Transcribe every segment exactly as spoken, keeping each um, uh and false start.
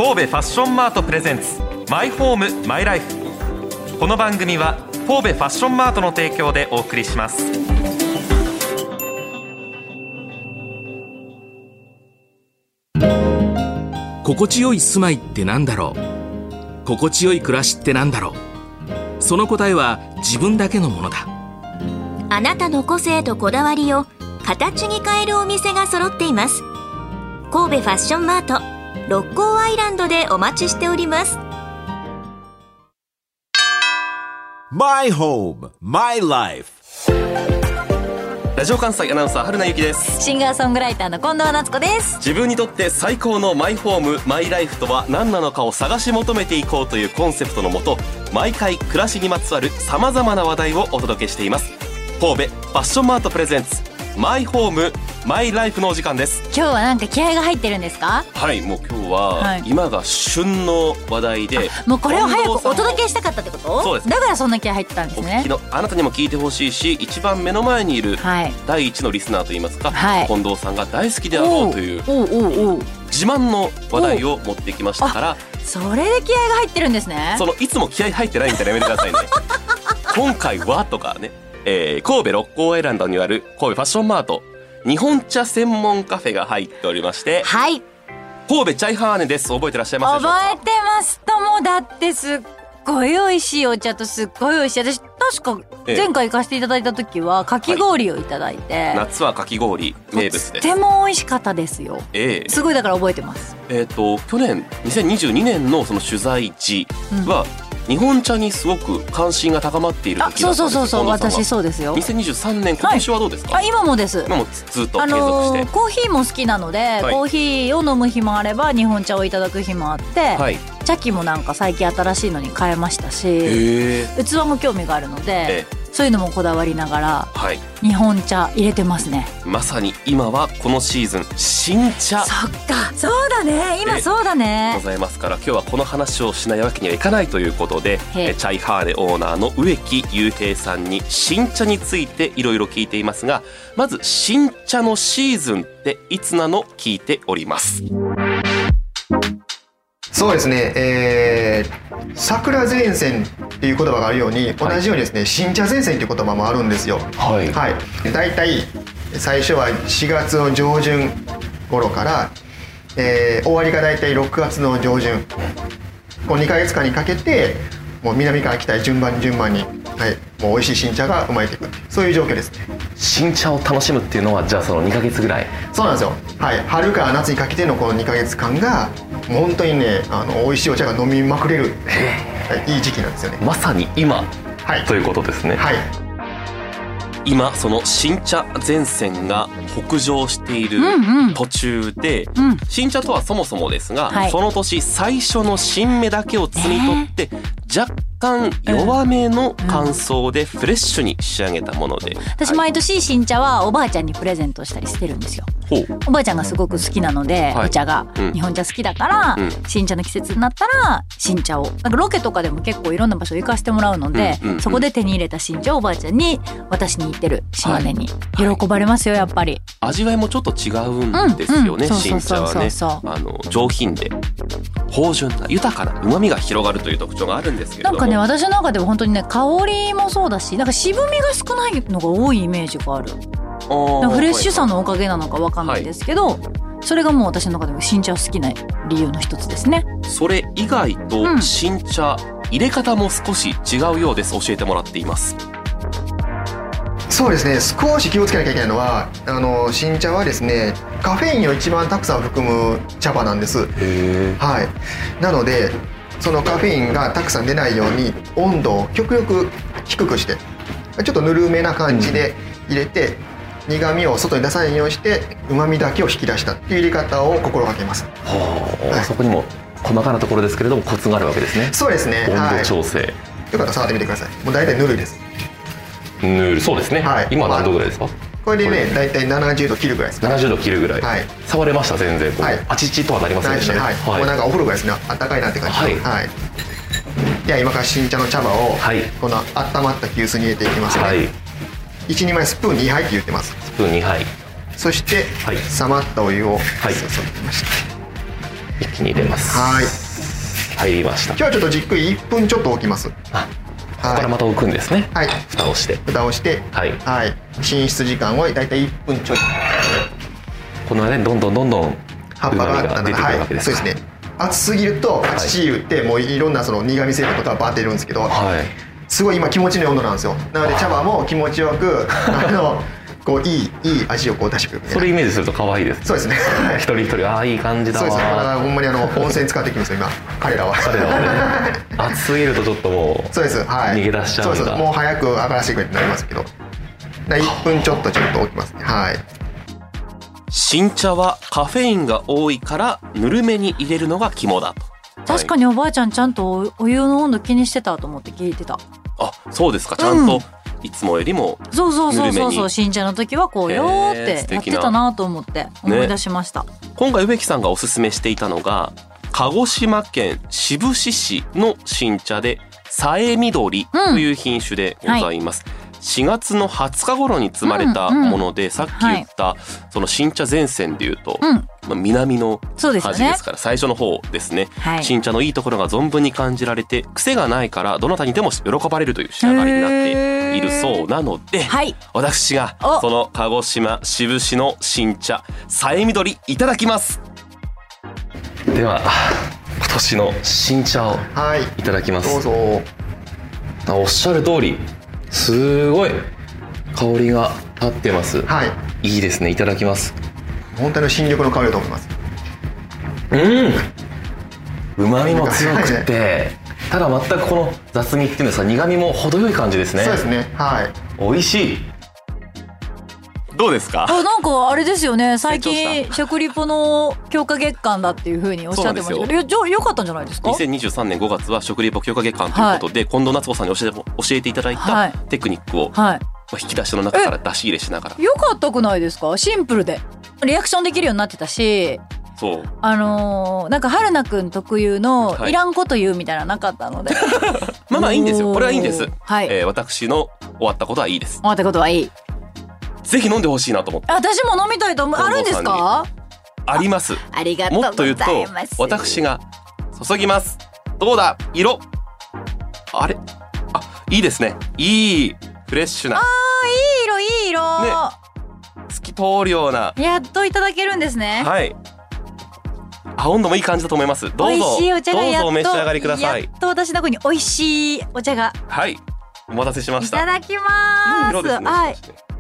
神戸ファッションマートプレゼンツマイホームマイライフ。この番組は神戸ファッションマートの提供でお送りします。 心地よい住まいってなんだろう、心地よい暮らしってなんだろう。その答えは自分だけのものだ。 あなたの個性とこだわりを形に変えるお店が揃っています。神戸ファッションマート六甲アイランドでお待ちしております。 My Home, My Life。 ラジオ関西アナウンサー春名由紀です。 シンガーソングライターの近藤夏子です。 自分にとって最高のマイホームマイライフとは何なのかを探し求めていこうというコンセプトのもと、毎回暮らしにまつわるさまざまな話題をお届けしています。神戸ファッションマートプレゼンツマイホームマイライフのお時間です。 今日はなんか気合が入ってるんですか？ はい、もう今日は今が旬の話題で、はい、 もうこれを早くお届けしたかったってこと？ そうです。 だからそんな気合入ってたんですね。 昨日あなたにも聞いてほしいし、一番目の前にいる第一のリスナーといいますか、はい、近藤さんが大好きであろうというおうおうおう自慢の話題を持ってきましたから、 それで気合が入ってるんですね。 そのいつも気合入ってないみたいなやめてくださいね今回はとかね、えー、神戸六甲アイランドにある神戸ファッションマート日本茶専門カフェが入っておりまして、 はい、 神戸チャイハーネです。覚えてらっしゃいますでしょうか？ 覚えてますとも。だってすっごい美味しいお茶とすっごい美味しい、私確か前回行かせていただいた時はかき氷をいただいて、はい、 夏はかき氷名物です。 とても美味しかったですよ、えー、すごいだから覚えてます。 えーと去年にせんにじゅうにねんのその取材時は、うん日本茶にすごく関心が高まっている時だったんです。 あ、そうそうそうそう、私そうですよ。 にせんにじゅうさんねん今年はどうですか？ はい、あ、今もです。 今もずっと継続して、あのー、 コーヒーも好きなので、はい、コーヒーを飲む日もあれば日本茶をいただく日もあって、はい、茶器もなんか最近新しいのに変えましたし、器も興味があるので、そういうのもこだわりながら、はい、日本茶入れてますね。 まさに今はこのシーズン新茶。 そっか、そうだね、今そうだねございますから、今日はこの話をしないわけにはいかないということで、えチャイハーネオーナーの植木雄平さんに新茶についていろいろ聞いていますが、まず新茶のシーズンっていつなの聞いております。 そうですね、えー、桜前線っていう言葉があるように、同じようにですね、新茶前線っていう言葉もあるんですよ。はい、はい、だいたい最初はしがつの上旬頃から、えー、終わりがだいたいろくがつの上旬、このにかげつかんにかけてもう南から北へ順番に順番に、はい、もう美味しい新茶が生まれていく、そういう状況ですね。 新茶を楽しむっていうのはじゃあそのにかげつぐらい？ そうなんですよ、はい、春から夏にかけてのこのにかげつかんがもう本当にね、あの美味しいお茶が飲みまくれる、はい、いい時期なんですよね。 まさに今、はい、ということですね。はい、今その新茶前線が北上している途中で、うんうん、新茶とはそもそもですが、はい、その年最初の新芽だけを摘み取って、えー、若干弱めの乾燥でフレッシュに仕上げたもので、うんうん、 私毎年新茶はおばあちゃんにプレゼントしたりしてるんですよ。おばあちゃんがすごく好きなので、はい、お茶が、うん、日本茶好きだから、うん、新茶の季節になったら新茶をなんかロケとかでも結構いろんな場所行かせてもらうので、うんうんうん、そこで手に入れた新茶をおばあちゃんに渡しに行ってる島根に、はい、喜ばれますよやっぱり。 味わいもちょっと違うんですよね、新茶はね。あの上品で芳醇な豊かな旨味が広がるという特徴があるんですけれども、 なんかね、私の中では本当にね、香りもそうだし、なんか渋みが少ないのが多いイメージがある。フレッシュさのおかげなのか分かんないですけど、はい、それがもう私の中でも新茶を好きな理由の一つですね。 それ以外と新茶、うん、入れ方も少し違うようです。教えてもらっています。 そうですね、少し気をつけなきゃいけないのは、あの新茶はですね、カフェインを一番たくさん含む茶葉なんです。へー、はい、なのでそのカフェインがたくさん出ないように温度を極力低くして、ちょっとぬるめな感じで入れて、うん、苦味を外に出さないようにして旨味だけを引き出したっていう入れ方を心がけます。 はあ、はい、そこにも細かなところですけれどもコツがあるわけですね。 そうですね、 温度調整、はい、 よかったら触ってみてください。もう大体ぬるいです。 ぬる、そうですね、はい、今何度ぐらいですか？ これでね、大体ななじゅうど切るぐらいです。 ななじゅうど切るぐらい、はい、触れました。全然こう、はい、あちちとはなりませんでしたね。はい、 はい、もうなんかお風呂ぐらいですね。あったかいなって感じ。はい、はい、では今から新茶の茶葉を、はい、この温まった急須に入れていきますね。はい、いちにまいスプーンにはいって言ってます。 スプーンにはい。 そして、はい、冷まったお湯を注ぎました。 一気に入れます。 はい、 入りました。 今日はちょっとじっくりいっぷんちょっと置きます。 あ、ここからまた置くんですね。 はい、 蓋をして蓋をして、はい、はい、寝室時間をだいたいいっぷんちょい。 この間にどんどんどんどん葉っぱが出てくるわけですか。はい、そうですね。熱すぎるとアチチールってもういろんなその苦味成分とかバーって出るんですけど、はい、すごい今気持ちのいい温度なんですよ。なので茶葉も気持ちよくあのこういいいい味をこう出してくる。 それイメージすると可愛いです。 そうですね。 一人一人ああいい感じだわ。 そうですね。ほんまにあの温泉使ってきますよ今彼らは。 彼らはね。熱すぎるとちょっともうそうです。はい。 逃げ出しちゃうんだ。 そうです。もう早く上がらせてくれってなりますけど。だいっぷんちょっとちょっと置きますね。はい。 新茶はカフェインが多いからぬるめに入れるのが肝だと。 確かにおばあちゃんちゃんとお湯の温度気にしてたと思って聞いてた。 あ、そうですか。ちゃんといつもよりもぬるめに。 そうそうそうそうそう。新茶の時はこうよーってやってたなと思って思い出しました、ね、 今回植木さんがおすすめしていたのが鹿児島県志布志市の新茶でさえみどりという品種でございます、うん、はい、しがつのはつか頃に積まれたもので、うんうん、さっき言った、はい、その新茶前線でいうと、うん、まあ、南の端ですから、ね、最初の方ですね、はい、新茶のいいところが存分に感じられて癖がないからどなたにでも喜ばれるという仕上がりになっているそうなので、はい、私がその鹿児島志布志の新茶さえみどりいただきます。では今年の新茶をいただきます、 はい、どうぞ。 あ、おっしゃる通りすごい香りが立ってます、はい、いいですね。いただきます。 本当に新緑の香りだと思います。 うん、うまみも強くてただ全くこの雑味っていうんですか、苦みも程よい感じですね。 そうですね、はい。 美味しい。どうですか。 あ、なんかあれですよね、最近食リポの強化月間だっていう風におっしゃってましたけど、よ, よかったんじゃないですか。 にせんにじゅうさんねんごがつは食リポ強化月間ということで、はい、近藤夏子さんに教えて、教えていただいたテクニックを、はい、引き出しの中から出し入れしながら。 よかったくないですか。シンプルでリアクションできるようになってたし、 そう、 あのー、なんか春菜くん特有のいらんこと言うみたいなのなかったので、はい、 まあまあいいんですよ、これはいいんです、はい、えー、私の終わったことはいいです。 終わったことはいい。 ぜひ飲んでほしいなと思って。 私も飲みたいと思う。あるんですか。 あります。 ありがとうございます。 もっと言うと私が注ぎます。どうだ、色あれ、あ、いいですね。いいフレッシュな、あー、いい色、いい色、ね、 透き通るような。 やっといただけるんですね。 はい、あ、温度もいい感じだと思います。どうぞ、 美味しいお茶がやっと、 どうぞお召し上がりください。 やっと私の子に美味しいお茶が。 はい、お待たせしました。 いただきます。いい色ですね。はい、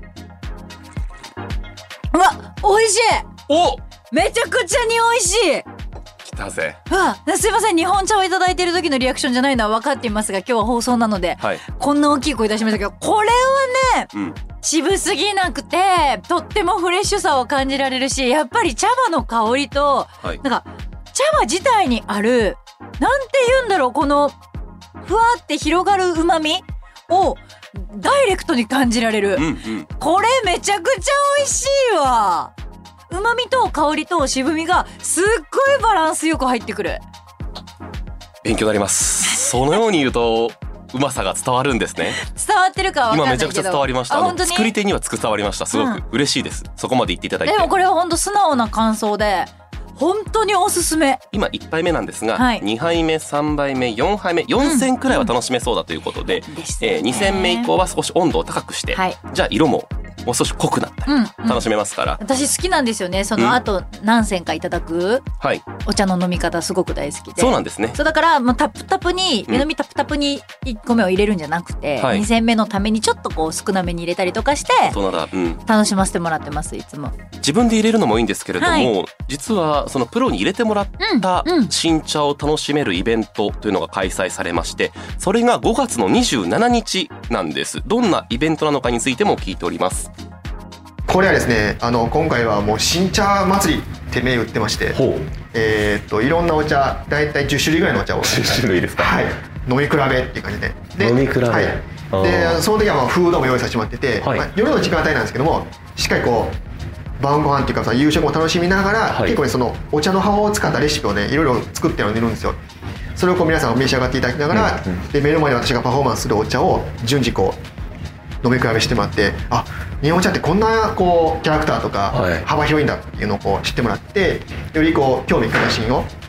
うわ、美味しい。 お、 めちゃくちゃに美味しい。 来たぜ。 わあ、すいません、日本茶をいただいている時のリアクションじゃないのは分かっていますが、今日は放送なので、はい、こんな大きい声出しましたけど、これはね、うん、渋すぎなくてとってもフレッシュさを感じられるし、やっぱり茶葉の香りと、はい、なんか茶葉自体にある、なんて言うんだろう、このふわって広がる旨味をダイレクトに感じられる、うんうん、これめちゃくちゃ美味しいわ。旨味と香りと渋みがすっごいバランスよく入ってくる。 勉強になりますそのように言うとうまさが伝わるんですね。 伝わってるかは分かんないけど、 今めちゃくちゃ伝わりました。あの作り手には伝わりました。すごく嬉しいです、うん、そこまで言っていただいて。 でもこれは本当素直な感想で本当におすすめ。 今いっぱいめなんですが、はい、にはいめ、さんばいめ、よんはいめ、よんせんくらいは楽しめそうだということで、うんうん、えー、にせんめ以降は少し温度を高くして、はい、じゃあ色ももう少し濃くなったり楽しめますから、うんうん、 私好きなんですよね。その後何煎かいただくお茶の飲み方すごく大好きで。 そうなんですね。 そうだからもうタップタプに湯飲みタプタプにいっこめを入れるんじゃなくて、はい、に煎目のためにちょっとこう少なめに入れたりとかして楽しませてもらってます。いつも自分で入れるのもいいんですけれども、はい、実はそのプロに入れてもらった新茶を楽しめるイベントというのが開催されまして、それがごがつのにじゅうしちにちなんです。どんなイベントなのかについても聞いております。 これはですね、あの今回はもう新茶祭りって銘打ってまして、えー、っといろんなお茶、だいたいじゅっしゅるいぐらいのお茶をじゅっしゅるいですか、 はい、飲み比べっていう感じで、で飲み比べ、はい、 でその時はまあフードも用意させてもらってて、はい、まあ、夜の時間帯なんですけども、しっかりこう晩ご飯っていうかさ、夕食も楽しみながら、はい、結構ねそのお茶の葉を使ったレシピをねいろいろ作ってるんですよ。それをこう皆さん召し上がっていただきながら、うんうん、で目の前で私がパフォーマンスするお茶を順次こう飲み比べしてもらって、あ、日本茶ってこんなこうキャラクターとか幅広いんだっていうのをこう知ってもらって、よりこう興味関心を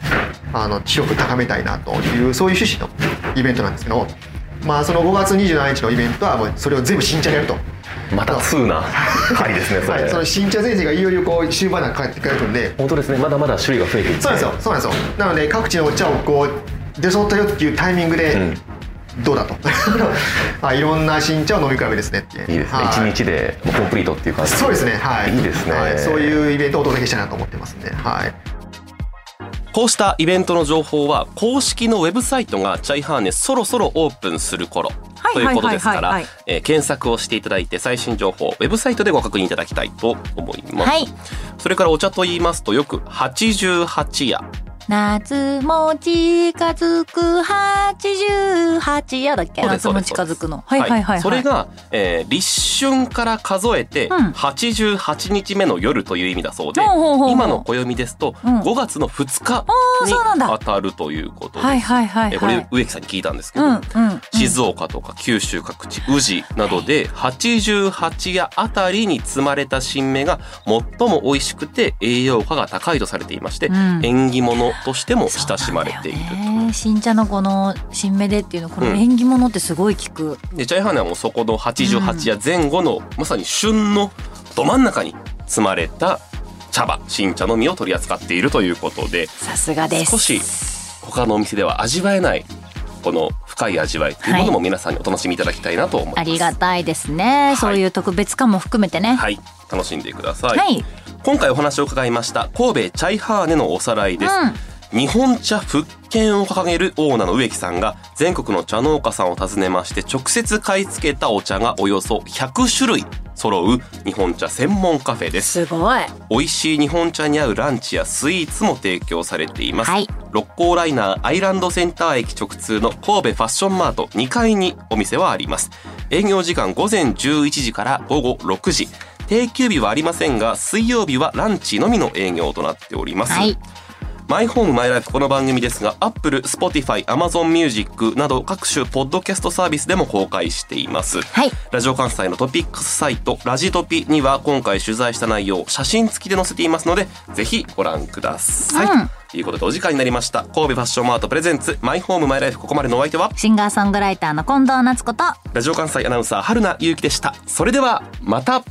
あの広く高めたいなというそういう趣旨のイベントなんですけど、まあそのごがつにじゅうしちにちのイベントはもうそれを全部新茶でやると。 また通な回ですねそれ、 はい、その新茶前線がいよいよこう終盤にかかってくるんで、 本当ですね、まだまだ種類が増えていって、 そうなんですよそうなんですよ。なので各地のお茶をこう出揃ったよっていうタイミングで、うんどうだとあいろんな新茶を飲み比べですねっていいですね、はい、いちにちでもうコンプリートっていう感じ。 そうですね、はい、 いいですね、はい、 そういうイベントをお届けしたいなと思ってますんで、はい、 こうしたイベントの情報は公式のウェブサイトがチャイハーネそろそろオープンする頃ということですから、えー、検索をしていただいて最新情報ウェブサイトでご確認いただきたいと思います、はい、それからお茶と言いますとよくはちじゅうはちや夏も近づくはちじゅうはち夜だっけ。夏も近づくの。はいはいはい、はい、 それが、えー、立春から数えてはちじゅうはちにちめの夜という意味だそうで、うん、今の暦ですとごがつのふつかに当たるということです。はいはいはいはい、これ植木さんに聞いたんですけど、うんうんうん、静岡とか九州各地宇治などではちじゅうはち夜あたりに摘まれた新芽が最も美味しくて栄養価が高いとされていまして、うん、縁起物としても親しまれていると、 ね、新茶のこの新芽でっていうのこの縁起物ってすごい効く、 うん、でチャイハーネはもうそこのはちじゅうはち夜前後の、うん、まさに旬のど真ん中に摘まれた茶葉新茶の実を取り扱っているということで、 さすがです。 少し他のお店では味わえないこの深い味わいというものも皆さんにお楽しみいただきたいなと思います、 はい、ありがたいですね、はい、そういう特別感も含めてね、 はい、楽しんでください、 はい、 今回お話を伺いました神戸チャイハーネのおさらいです、うん日本茶復権を掲げるオーナーの植木さんが全国の茶農家さんを訪ねまして直接買い付けたお茶がおよそひゃくしゅるい揃う日本茶専門カフェです。 すごい。 美味しい日本茶に合うランチやスイーツも提供されています、はい、六甲ライナーアイランドセンター駅直通の神戸ファッションマートにかいにお店はあります。営業時間午前じゅういちじから午後ろくじ、定休日はありませんが水曜日はランチのみの営業となっております、はいマイホームマイライフこの番組ですが Apple、Spotify、Amazon Music など各種ポッドキャストサービスでも公開しています、はい、ラジオ関西のトピックスサイトラジトピには今回取材した内容写真付きで載せていますのでぜひご覧ください、うん、ということでお時間になりました。神戸ファッションマートプレゼンツマイホームマイライフ、ここまでのお相手はシンガーソングライターの近藤夏子とラジオ関西アナウンサー春名優紀でした。それではまた。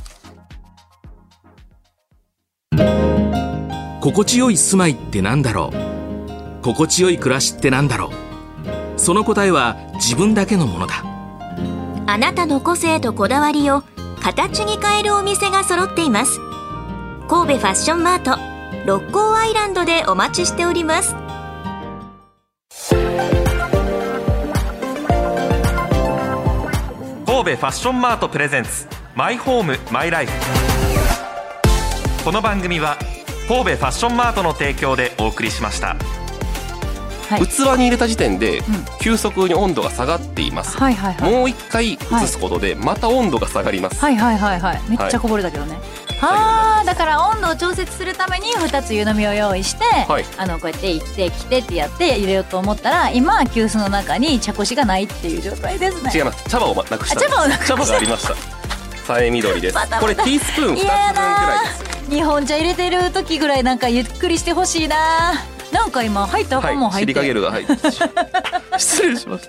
心地よい住まいってなんだろう、心地よい暮らしってなんだろう、その答えは自分だけのものだ。 あなたの個性とこだわりを形に変えるお店が揃っています。神戸ファッションマート六甲アイランドでお待ちしております。 神戸ファッションマートプレゼンツマイホームマイライフ。この番組は神戸ファッションマートの提供でお送りしました、はい、器に入れた時点で急速に温度が下がっています、はいはいはい、もう一回移すことでまた温度が下がります、 はい、はいはいはいはいめっちゃこぼれたけどね、はい、あだから温度を調節するためにふたつ湯飲みを用意して、はい、あのこうやって行ってきてってやって入れようと思ったら今急須の中に茶こしがないっていう状態ですね。 違います、茶葉をなくした。 茶葉をなくした茶葉がありました。さえ緑です。バタバタこれティースプーンふたつぶんくらいです。 日本茶入れてる時ぐらいなんかゆっくりしてほしいな。なんか今入った本も入って、 はい、シリカゲルが入って失礼しました。